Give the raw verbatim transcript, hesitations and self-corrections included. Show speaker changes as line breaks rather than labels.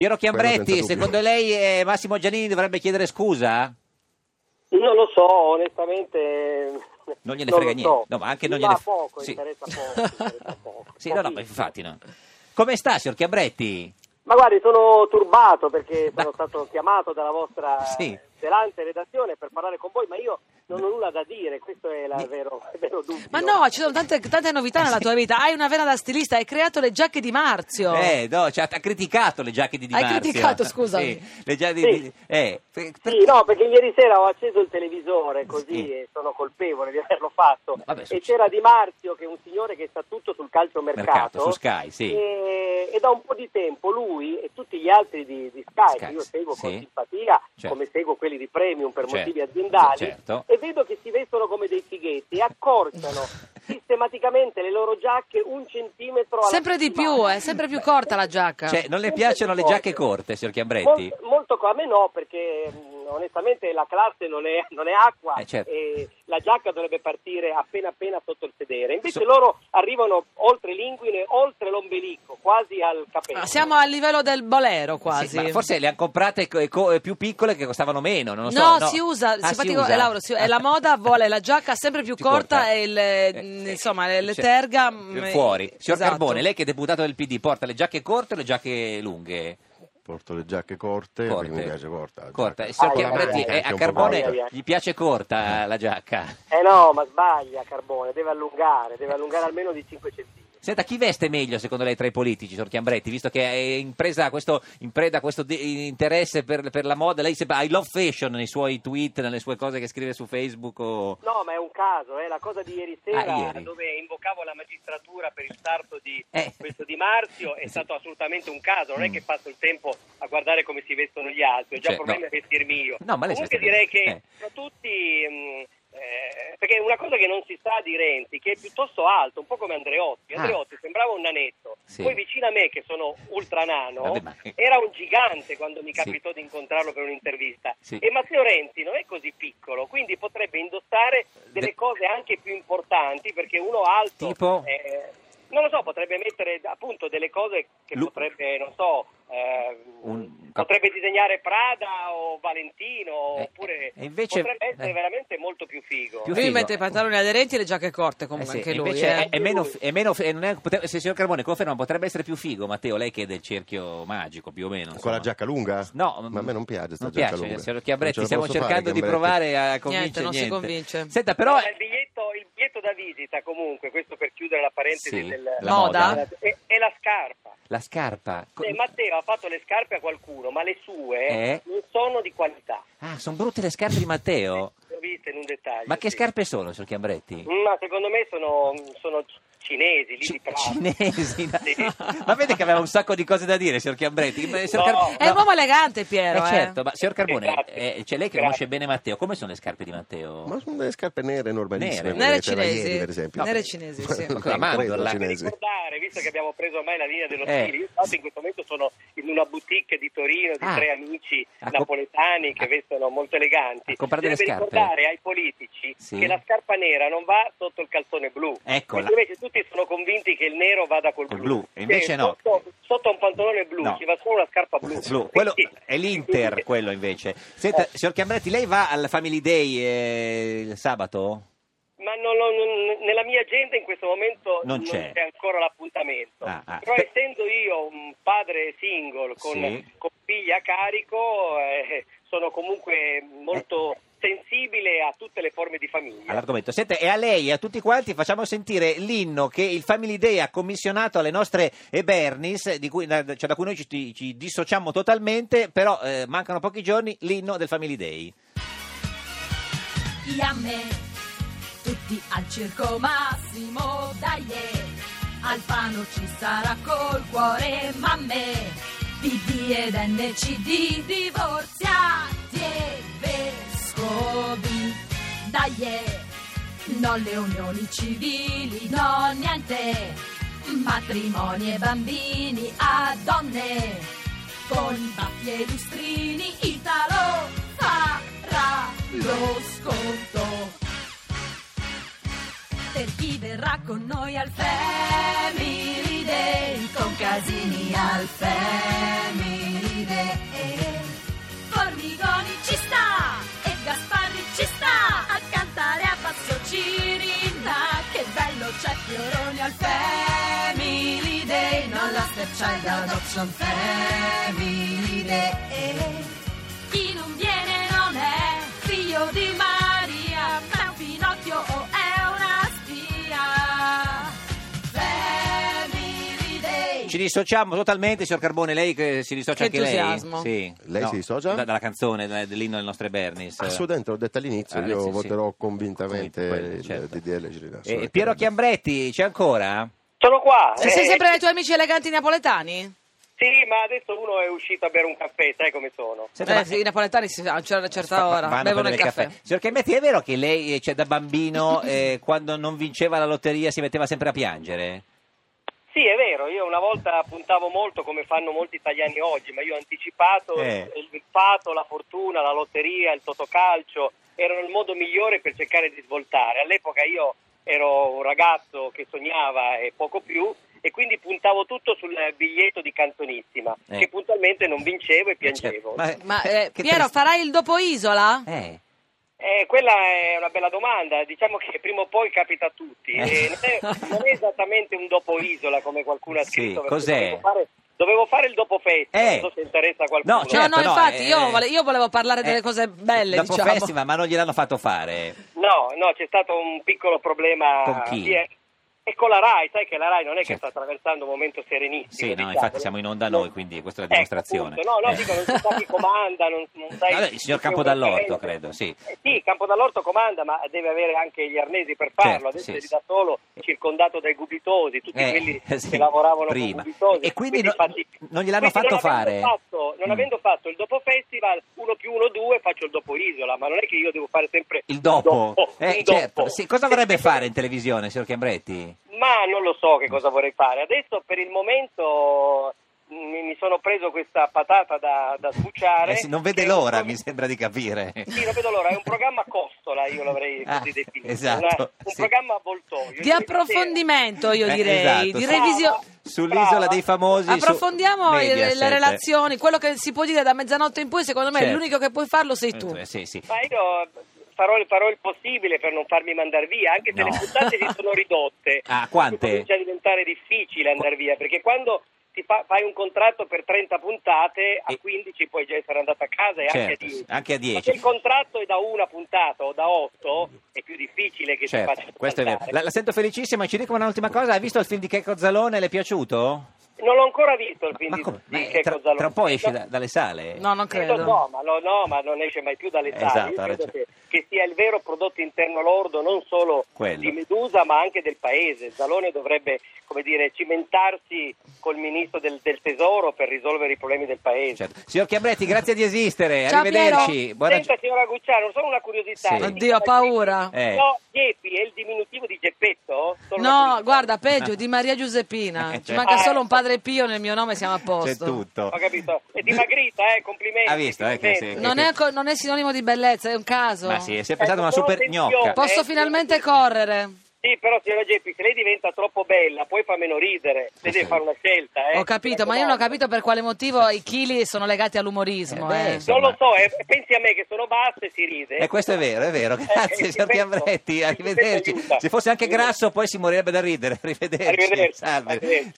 Piero Chiambretti, secondo lei eh, Massimo Giannini dovrebbe chiedere scusa?
Non lo so, onestamente.
Non gliene
non
frega niente.
So.
No, ma anche non
Ma
gliene f-
poco,
sì.
interessa poco, interessa poco.
Sì, no, no, ma infatti no. Come sta, signor Chiambretti?
Ma guardi, sono turbato perché sono stato chiamato dalla vostra
Sì.
zelante redazione per parlare con voi, ma io non ho nulla da dire, questo è la, il vero, il vero dubbio.
Ma no, ci sono tante, tante novità nella tua vita. Hai una vena da stilista, hai creato le giacche di Marzio.
Eh, no, cioè, ha criticato le giacche di Di
Hai
Marzio.
criticato, scusami.
Sì, le giacche
Sì.
di... Eh, per- per-
Sì, no, perché ieri sera ho acceso il televisore così
Sì.
e sono colpevole di averlo fatto.
Vabbè,
e
succe-
c'era Di Marzio, che è un signore che sa tutto sul calciomercato.
Mercato, su Sky, sì.
E, e da un po' di tempo lui e tutti gli altri di, di Sky,
Sky,
che io seguo
sì.
con simpatia,
Certo.
come seguo quelli di Premium per
Certo,
motivi aziendali,
certo.
e vedo che si vestono come dei fighetti e accorciano sistematicamente le loro giacche un centimetro alla
Sempre di più,
settimana.
è sempre più corta la giacca.
Cioè, non le piacciono le giacche corte, signor Chiambretti?
Molto, molto co- a me no, perché mh, onestamente la classe non è, non è acqua
Eh, certo.
e la giacca dovrebbe partire appena appena sotto il sedere. Invece
So-
loro arrivano oltre l'inguine, oltre l'ombelico, quasi al capello.
Ah, siamo al livello del bolero
Sì,
quasi.
ma forse le hanno comprate co- co- più piccole che costavano meno, non lo so.
No,
no,
si usa,
Ah,
simpatico,
si
eh, Lauro, si-
Ah,
è la moda, vuole la giacca sempre più
più
corta,
corta.
e il,
Eh,
insomma le, le
cioè,
terga
eh,
mm,
fuori. Signor
esatto.
Carbone, lei che è deputato del P D, porta le giacche corte o le giacche lunghe?
Porto le giacche corte,
Corte.
perché mi piace corta. la
Corta.
giacca.
E signor
Ah,
Chiambretti,
ah,
eh,
anche
a
un po'
Carbone
corta.
gli piace corta la giacca?
Eh no, ma sbaglia Carbone, deve allungare, deve allungare almeno di cinque centimetri.
Senta, chi veste meglio secondo lei tra i politici, signor Chiambretti, visto che è in, presa questo, in preda a questo de- interesse per, per la moda? Lei sembra I love fashion nei suoi tweet, nelle sue cose che scrive su Facebook o...
No, ma è un caso, eh. La cosa di ieri sera,
Ah, ieri.
dove invocavo la magistratura per il sarto di
Eh.
questo Di Marzio, è
Sì.
stato assolutamente un caso. Non è
Mm.
che passo il tempo a guardare come si vestono gli altri, ho già
Cioè,
problemi
no.
a vestirmi io.
No, ma lei si
Comunque
veste
direi
bene.
che
Eh.
tra tutti... mh, eh, perché una cosa che non si sa di Renzi, che è piuttosto alto, un po' come Andreotti.
Ah.
Andreotti sembrava un nanetto,
Sì.
poi vicino a me, che sono ultra nano,
Vabbè, ma-
era un gigante quando mi
Sì.
capitò di incontrarlo per un'intervista.
Sì.
E Matteo Renzi non è così piccolo, quindi potrebbe indossare delle
De-
cose anche più importanti, perché uno alto...
Tipo?
eh, non lo so, potrebbe mettere appunto delle cose che
Lu-
potrebbe, non so, eh,
Un-
potrebbe disegnare Prada o Valentino,
Eh,
oppure
e invece-
potrebbe essere
eh.
veramente molto più figo.
Più
Lui
figo.
mette i pantaloni aderenti e le giacche corte,
Eh
comunque
sì,
anche lui.
invece
eh.
è, è meno, è meno e non è- potre- se il signor Carbone conferma, potrebbe essere più figo, Matteo, lei che è del cerchio magico più o meno.
Con
insomma.
la giacca lunga?
No,
ma a me non piace sta
non
giacca
piace,
lunga.
signor Chiambretti,
Non ce la
stiamo
posso fare,
cercando di
Chiambretti.
provare a convincere
non si convince.
Senta, però
No, ma il biglietto, il biglietto da visita comunque, questo per chiudere la parentesi
Sì,
del,
la
moda?
della- è, è la scarpa.
la scarpa. co-
Eh, Matteo ha fatto le scarpe a qualcuno, ma le sue
Eh?
non sono di qualità.
Ah, sono brutte le scarpe di Matteo?
Le ho viste in un dettaglio.
Ma che
sì.
scarpe sono, signor Chiambretti?
Ma secondo me sono, sono cinesi, lì
Ci-
di Prato.
cinesi?
Sì.
Ma vede che aveva un sacco di cose da dire, signor Chiambretti. Ma, signor
No.
Car-
È un uomo elegante, Piero.
Eh,
eh.
certo, ma signor Carbone,
Esatto.
eh, cioè lei che
Grazie.
conosce bene Matteo, come sono le scarpe di Matteo?
Ma sono delle scarpe nere normalissime.
Nere.
quelle
Nere
che c'era
cinesi.
ieri, per esempio.
Nere cinesi, sì.
Ma con la
Non credo
mandorla.
Per
cinesi.
ricordare, visto che abbiamo preso ormai la linea dello
Eh.
stile, io infatti in questo momento sono in una boutique di Torino di
Ah.
tre amici
A co-
napoletani che
a-
vestono molto eleganti.
a comprare delle
Deve
scarpe?
ricordare ai politici
Sì.
che la scarpa nera non va sotto il calzone blu.
Ecco,
Mentre
la-
invece tutti sono convinti che il nero vada col
Col
blu.
blu, e invece
Che
no.
Sotto, sotto un pantalone blu
No.
ci va solo una scarpa blu.
Blu. Quello
Quindi-
è l'Inter, quello invece. Senta, signor Chiambretti, lei va al Family Day eh, il sabato?
Ma non lo- non- nella mia agenda in questo momento
Non
non
c'è.
c'è, ancora l'appuntamento.
Ah, ah.
Però essendo io un padre single con,
Sì.
con figlia a carico, eh, sono comunque molto sensibile a tutte le forme di famiglia.
All'argomento. Senta, e a lei e a tutti quanti facciamo sentire l'inno che il Family Day ha commissionato alle nostre Ebernis, di cui, da, cioè da cui noi ci, ci dissociamo totalmente, però eh, mancano pochi giorni, l'inno del Family Day.
Yamme, tutti al circo Massimo, dai, Alfano ci sarà col cuore, mamme, P D ed N C D, divorziati e vescovi, dai, non le unioni civili, no niente, matrimoni e bambini a donne, con i baffi e i lustrini, Italo farà lo sconto. Per chi verrà con noi al Family Day, con Casini al Family Child Adoption Family Day. Chi non viene non è figlio di Maria, ma è un Pinocchio o è una spia. Family Day.
Ci dissociamo totalmente, signor Carbone, lei che si dissocia
Che
anche
entusiasmo.
lei? Sì.
Lei si dissocia?
da- dalla canzone, da- dell'inno delle nostre Bernis.
Assolutamente, l'ho detto all'inizio,
Ah,
io
sì, sì.
voterò convintamente
Quello,
il
certo.
D D L Girina.
Eh, Piero Chiambretti, c'è ancora?
Sono qua.
Se
eh,
sei sempre dai tuoi amici eleganti napoletani?
Sì, ma adesso uno è uscito a bere un caffè, sai come sono.
Senta,
Eh,
ma-
sì, i napoletani si- a una certa
Va-
ora
vanno a
bevono il
prendere
caffè.
Signor Chiambretti, è vero che lei, cioè, da bambino, eh, quando non vinceva la lotteria si metteva sempre a piangere?
Sì, è vero, io una volta puntavo molto come fanno molti italiani oggi, ma io ho anticipato
Eh.
il, il fato, la fortuna, la lotteria, il totocalcio, erano il modo migliore per cercare di svoltare. All'epoca io ero un ragazzo che sognava e poco più, e quindi puntavo tutto sul biglietto di Canzonissima,
Eh.
che puntualmente non vincevo e
Eh, certo.
piangevo.
Ma,
Ma eh,
che
Piero,
trist-
farai il dopo Isola?
Eh.
Eh, quella è una bella domanda, diciamo che prima o poi capita a tutti.
Eh.
Eh, non, è, non è esattamente un dopo Isola come qualcuno ha
Sì,
scritto, perché
cos'è?
Dovevo fare, dovevo fare il dopo festival,
Eh.
non so se interessa a qualcuno.
No, certo,
no, no,
no,
infatti
eh,
io, vole- io volevo parlare delle
eh,
cose belle,
dopo
diciamo.
festival, ma non gliel'hanno fatto fare.
No, no, c'è stato un piccolo problema.
Con chi?
Sì, eh, e con la RAI, sai che la RAI non è che
Certo.
sta attraversando un momento serenissimo.
Sì, no,
diciamo,
infatti
no?
siamo in onda noi, quindi questa è la
Ecco,
dimostrazione.
appunto, no, no,
Eh.
dico, non si sa chi comanda, non, non sai...
Vabbè, il signor
chi è un
Campodall'Orto,
referente.
credo, sì.
Eh, sì, Campodall'Orto comanda, ma deve avere anche gli arnesi per farlo.
Certo,
Adesso
sì,
è
sì.
da solo, circondato dai gubitosi, tutti
Eh,
quelli
sì,
che lavoravano
prima.
con gubitosi.
E quindi no-
infatti-
non gliel'hanno
quindi
fatto
non avendo
fare?
fatto- non
Mm.
avendo fatto il dopo festival, uno più uno due, faccio il dopo Isola, ma non è che io devo fare sempre
Il dopo?
un
Eh,
un
certo.
dopo.
Sì, cosa vorrebbe fare in televisione, signor Chiambretti?
Ma non lo so che cosa vorrei fare. Adesso per il momento mi, mi sono preso questa patata da, da sbucciare.
Eh sì, non vede
Che è un
l'ora,
pro-
mi sembra di capire.
Sì, non vedo l'ora, è un programma costola, io l'avrei
Ah,
così definito.
esatto,
Una- un
sì.
programma avvoltoio.
Di approfondimento, io
Eh,
direi,
esatto,
di
sì.
revisione.
Sull'isola
Brava.
dei famosi. su
Approfondiamo le,
Mediaset.
le relazioni, quello che si può dire da mezzanotte in poi, secondo me
Certo.
l'unico che puoi farlo sei tu.
Eh, sì, sì.
Ma io farò, farò il possibile per non farmi mandare via, anche se
No.
le puntate si sono ridotte.
Ah, quante?
Comincia a diventare difficile andare via, perché quando ti fa- fai un contratto per trenta puntate, a
E-
quindici puoi già essere andato a casa e anche a
Certo,
dieci.
anche a
Ma
dieci.
se il contratto è da una puntata o da otto, è più difficile che ti
Certo,
faccia
questo è vero.
saltare.
La, la sento felicissima, ci dica un'ultima cosa. Hai visto il film di Checco Zalone? Le è piaciuto?
Non l'ho ancora visto il film
Ma
di,
come?
di
Ma
Checco
tra,
Zalone.
tra un po' esce
No,
da- dalle sale?
No, non
eh,
credo.
lo so, ma, lo- no, ma non esce mai più dalle sale.
Esatto,
Io
ha
credo
ragione.
che, che sia il vero prodotto interno lordo non solo
Quello.
di Medusa ma anche del paese. Zalone dovrebbe, come dire, cimentarsi col ministro del, del tesoro per risolvere i problemi del paese.
Certo. Signor Chiambretti, grazie di esistere.
Ciao,
Arrivederci. Buona
Senta signora Gucciano, solo una curiosità.
Sì.
Lei
Oddio, ho
si chiama
paura.
Geppi?
Eh.
No, Geppi è il diminutivo di Geppetto? Solo una
No,
curiosità.
guarda, peggio, di Maria Giuseppina.
Eh,
Ci
certo.
manca
Ah,
solo un
ecco.
padre Pio nel mio nome, siamo a
C'è
posto.
tutto.
Ho capito. È dimagrita, eh, complimenti.
Ha visto, eh, che
complimenti.
sì.
Non è, co- non è sinonimo di bellezza, è un caso.
Ma sì, è sempre stata una
Ecco,
super
attenzione.
gnocca.
Posso
Eh,
finalmente
sì.
correre?
Sì, però signora Geppi, se lei diventa troppo bella, poi fa meno ridere. Lei deve fare una scelta, eh.
Ho capito, ma io non ho capito per quale motivo i chili sono legati all'umorismo.
Eh, beh,
eh.
insomma.
Non lo so, eh, pensi a me che sono basso e si ride.
E questo è vero, è vero. Grazie,
Eh,
signor
ti penso.
Chiambretti.
Ti
Arrivederci.
aiuta.
Se fosse anche grasso, poi si morirebbe da ridere. Arrivederci.
Arrivederci.
Salve.
Arrivederci.